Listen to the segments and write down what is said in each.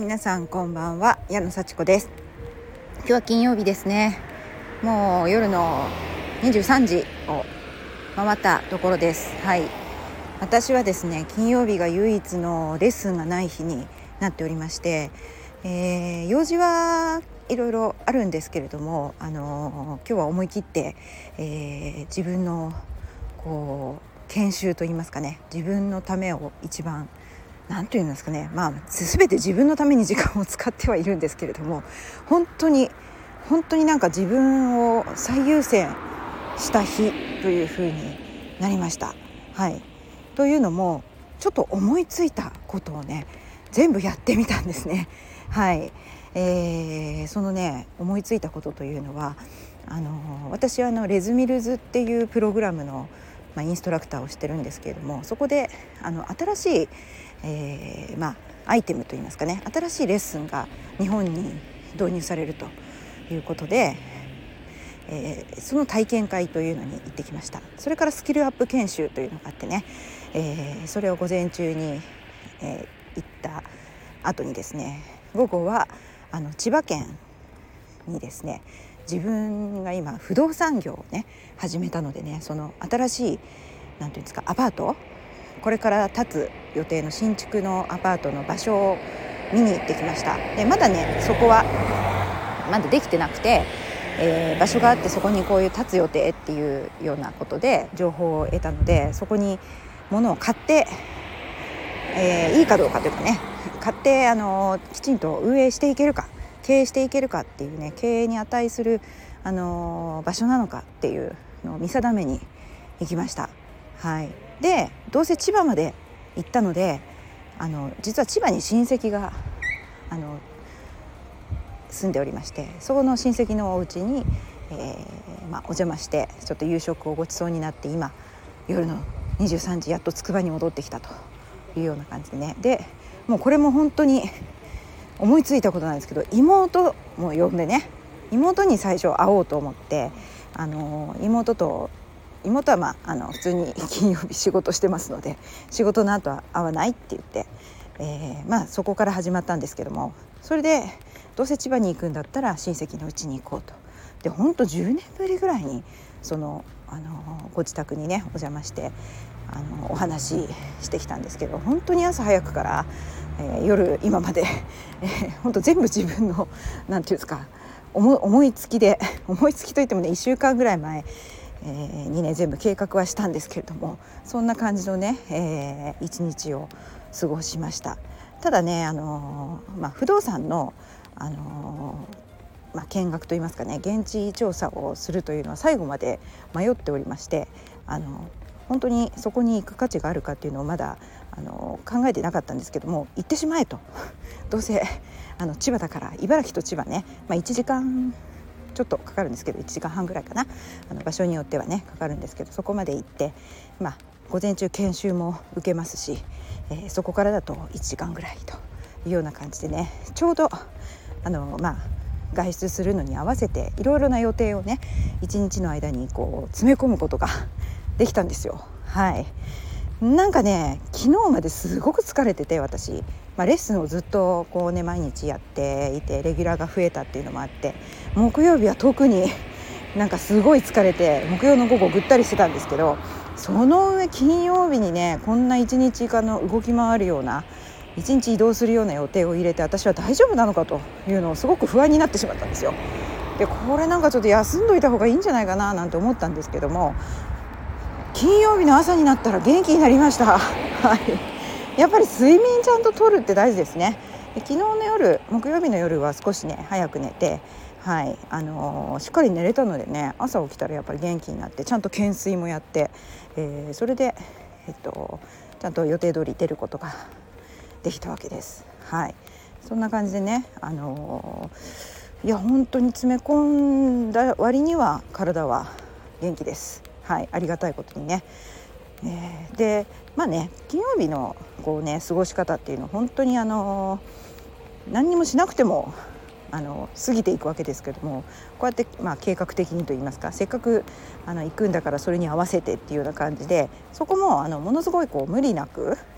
皆さんこんばんは、矢野幸子です。今日は金曜日ですね。もう夜の23時を回ったところです。はい、私はですね、金曜日が唯一のレッスンがない日になっておりまして、用事はいろいろあるんですけれども、今日は思い切って、自分の研修といいますかね、自分のためを一番なんというんですかね、全て自分のために時間を使ってはいるんですけれども、本当になんか自分を最優先した日という風になりました。はい、というのもちょっと思いついたことをね全部やってみたんですね。はい、そのね思いついたことというのは私はレズミルズっていうプログラムのインストラクターをしてるんですけれども、そこで新しい、アイテムといいますかね、新しいレッスンが日本に導入されるということで、その体験会というのに行ってきました。それからスキルアップ研修というのがあってね、それを午前中に、行った後にですね、午後は千葉県にですね、自分が今不動産業をね始めたのでね、その新しいなんていうんですか、アパート、これから建つ予定の新築のアパートの場所を見に行ってきました。でまだねそこはまだできてなくて、場所があってそこにこういう建つ予定っていうようなことで情報を得たので、そこに物を買って、いいかどうかというかね、買ってきちんと運営していけるか、経営していけるかっていうね、経営に値する、場所なのかっていうのを見定めに行きました。はい、でどうせ千葉まで行ったので、実は千葉に親戚が住んでおりまして、そこの親戚のお家に、お邪魔してちょっと夕食をごちそうになって、今夜の23時やっと筑波に戻ってきたというような感じでね。でもうこれも本当に思いついたことなんですけど、妹も呼んでね、妹に最初会おうと思って、妹は普通に金曜日仕事してますので、仕事の後は会わないって言って、そこから始まったんですけども、それでどうせ千葉に行くんだったら親戚の家に行こうと。で本当10年ぶりぐらいにそのご自宅にねお邪魔してお話ししてきたんですけど、本当に朝早くから、夜今まで、本当全部自分のなんていうんですか、思いつきといってもね1週間ぐらい前、にね全部計画はしたんですけれども、そんな感じのね、一日を過ごしました。ただね不動産の見学といいますかね、現地調査をするというのは最後まで迷っておりまして、本当にそこに行く価値があるかっていうのをまだ考えてなかったんですけども、行ってしまえと。どうせ千葉だから、茨城と千葉ね、1時間ちょっとかかるんですけど、1時間半ぐらいかな、場所によってはねかかるんですけど、そこまで行って、午前中研修も受けますし、そこからだと1時間ぐらいというような感じでね、ちょうど外出するのに合わせていろいろな予定をね1日の間に詰め込むことができたんですよ。はい、なんかね昨日まですごく疲れてて、私、レッスンをずっと毎日やっていてレギュラーが増えたっていうのもあって、木曜日は特になんかすごい疲れて、木曜の午後ぐったりしてたんですけど、その上金曜日にねこんな一日動き回るような、一日移動するような予定を入れて、私は大丈夫なのかというのをすごく不安になってしまったんですよ。でこれなんかちょっと休んどいた方がいいんじゃないかななんて思ったんですけども、金曜日の朝になったら元気になりました。はい、やっぱり睡眠ちゃんと取るって大事ですね。で昨日の夜、木曜日の夜は少しね早く寝て、はい、しっかり寝れたのでね、朝起きたらやっぱり元気になって、ちゃんと懸垂もやって、それで、ちゃんと予定通り出ることができたわけです。はい、そんな感じでね、いや本当に詰め込んだ割には体は元気です。はい、ありがたいことにね。で金曜日の過ごし方っていうのは本当に何にもしなくても過ぎていくわけですけども、こうやって計画的にといいますか、せっかく行くんだからそれに合わせてっていうような感じで、そこもものすごい無理なく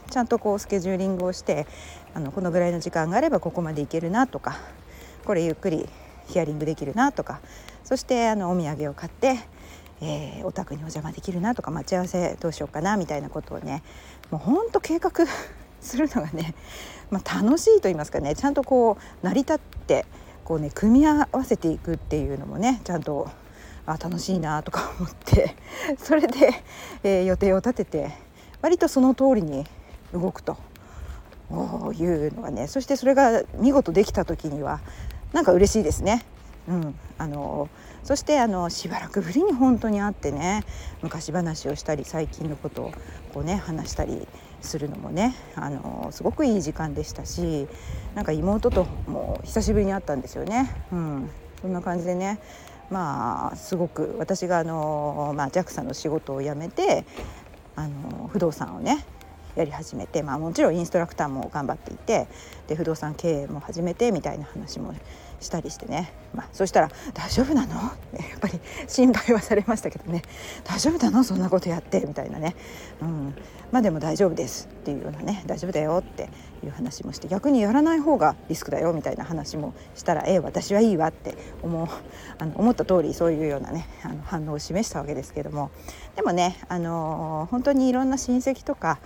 ちゃんとこうスケジューリングをして、このぐらいの時間があればここまで行けるなとか、これゆっくりヒアリングできるなとか、そしてお土産を買って、お宅にお邪魔できるなとか、待ち合わせどうしようかなみたいなことをね、もうほんと計画するのがね、楽しいと言いますかね、ちゃんとこう成り立ってこうね組み合わせていくっていうのもね、ちゃんと楽しいなとか思ってそれで、予定を立てて割とその通りに動くというのがね、そしてそれが見事できた時にはなんか嬉しいですね。そしてしばらくぶりに本当に会ってね、昔話をしたり最近のことをこうね話したりするのもね、すごくいい時間でしたし、なんか妹とも久しぶりに会ったんですよね。そんな感じでね、すごく私がJAXA の仕事を辞めて不動産をねやり始めて、もちろんインストラクターも頑張っていて、で不動産経営も始めてみたいな話もしたりしてね、そしたら大丈夫なのやっぱり心配はされましたけどね、大丈夫なのそんなことやってみたいなね、でも大丈夫ですっていうようなね、大丈夫だよっていう話もして、逆にやらない方がリスクだよみたいな話もしたら、私はいいわって思った通りそういうようなね反応を示したわけですけども、でもね本当にいろんな親戚とか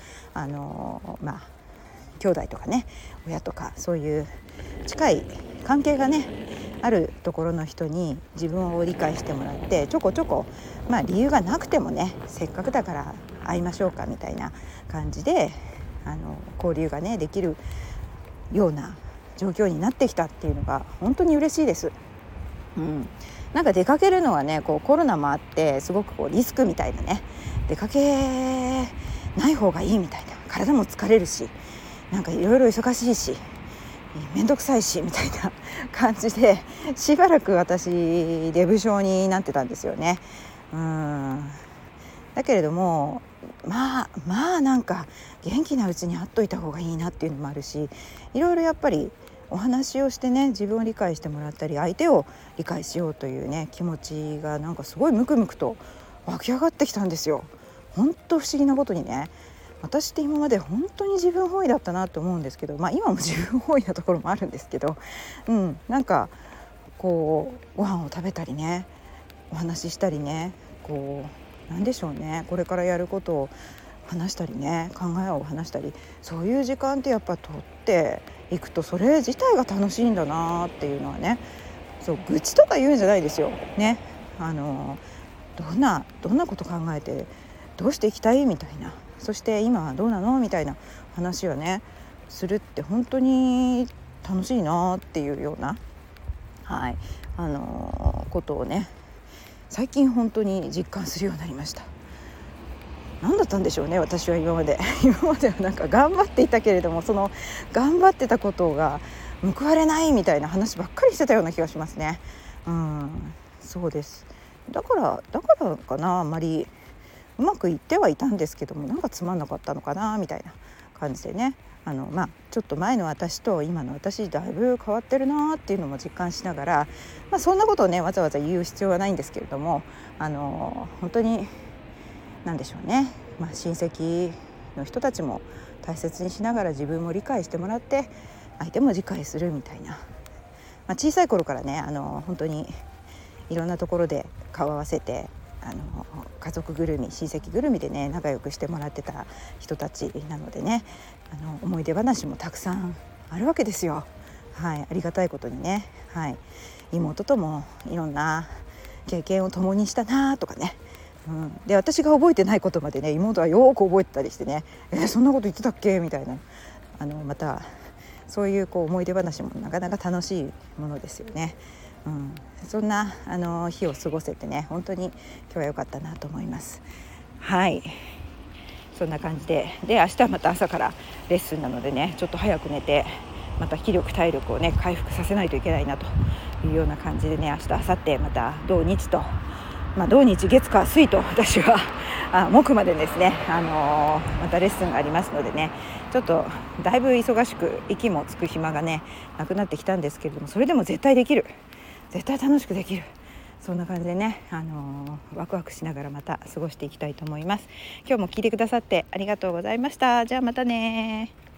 兄弟とかね親とかそういう近い関係がねあるところの人に自分を理解してもらって、ちょこちょこ理由がなくてもね、せっかくだから会いましょうかみたいな感じで交流がねできるような状況になってきたっていうのが本当に嬉しいです。なんか出かけるのはねコロナもあってすごくリスクみたいなね、出かけない方がいいみたいな、体も疲れるしなんかいろいろ忙しいしめんどくさいしみたいな感じでしばらく私デブ症になってたんですよね。だけれどもなんか元気なうちに会っといた方がいいなっていうのもあるし、いろいろやっぱりお話をしてね、自分を理解してもらったり相手を理解しようというね気持ちがなんかすごいムクムクと湧き上がってきたんですよ。本当不思議なことにね、私って今まで本当に自分本位だったなと思うんですけど、今も自分本位なところもあるんですけど、なんかこうご飯を食べたりね、お話ししたりね、なんでしょうね、これからやることを話したりね、考えを話したり、そういう時間ってやっぱ取っていくとそれ自体が楽しいんだなっていうのはね、愚痴とか言うんじゃないですよね。どんなこと考えてどうしていきたいみたいな、そして今はどうなのみたいな話をねするって本当に楽しいなっていうような、ことをね最近本当に実感するようになりました。何だったんでしょうね、私は今まではなんか頑張っていたけれども、その頑張ってたことが報われないみたいな話ばっかりしてたような気がしますね。そうです。だからかな、あんまりうまくいってはいたんですけども、なんかつまんなかったのかなみたいな感じでね、ちょっと前の私と今の私だいぶ変わってるなっていうのも実感しながら、そんなことをねわざわざ言う必要はないんですけれども、本当になんでしょうね、親戚の人たちも大切にしながら自分も理解してもらって相手も理解するみたいな、小さい頃からね本当にいろんなところで顔を合わせて家族ぐるみ親戚ぐるみでね仲良くしてもらってた人たちなのでね、思い出話もたくさんあるわけですよ。ありがたいことにね、妹ともいろんな経験を共にしたなとかね、で私が覚えてないことまでね妹はよく覚えてたりしてね、そんなこと言ってたっけみたいな、またそういう思い出話もなかなか楽しいものですよね。そんな日を過ごせてね本当に今日は良かったなと思います。そんな感じで明日また朝からレッスンなのでね、ちょっと早く寝てまた気力体力をね回復させないといけないなというような感じでね、明日明後日また土日と、土日月火水と私は木までですね、またレッスンがありますのでね、ちょっとだいぶ忙しく息もつく暇がねなくなってきたんですけれども、それでも絶対できる、絶対楽しくできる、 そんな感じでね、ワクワクしながらまた過ごしていきたいと思います。今日も聞いてくださってありがとうございました。じゃあまたね。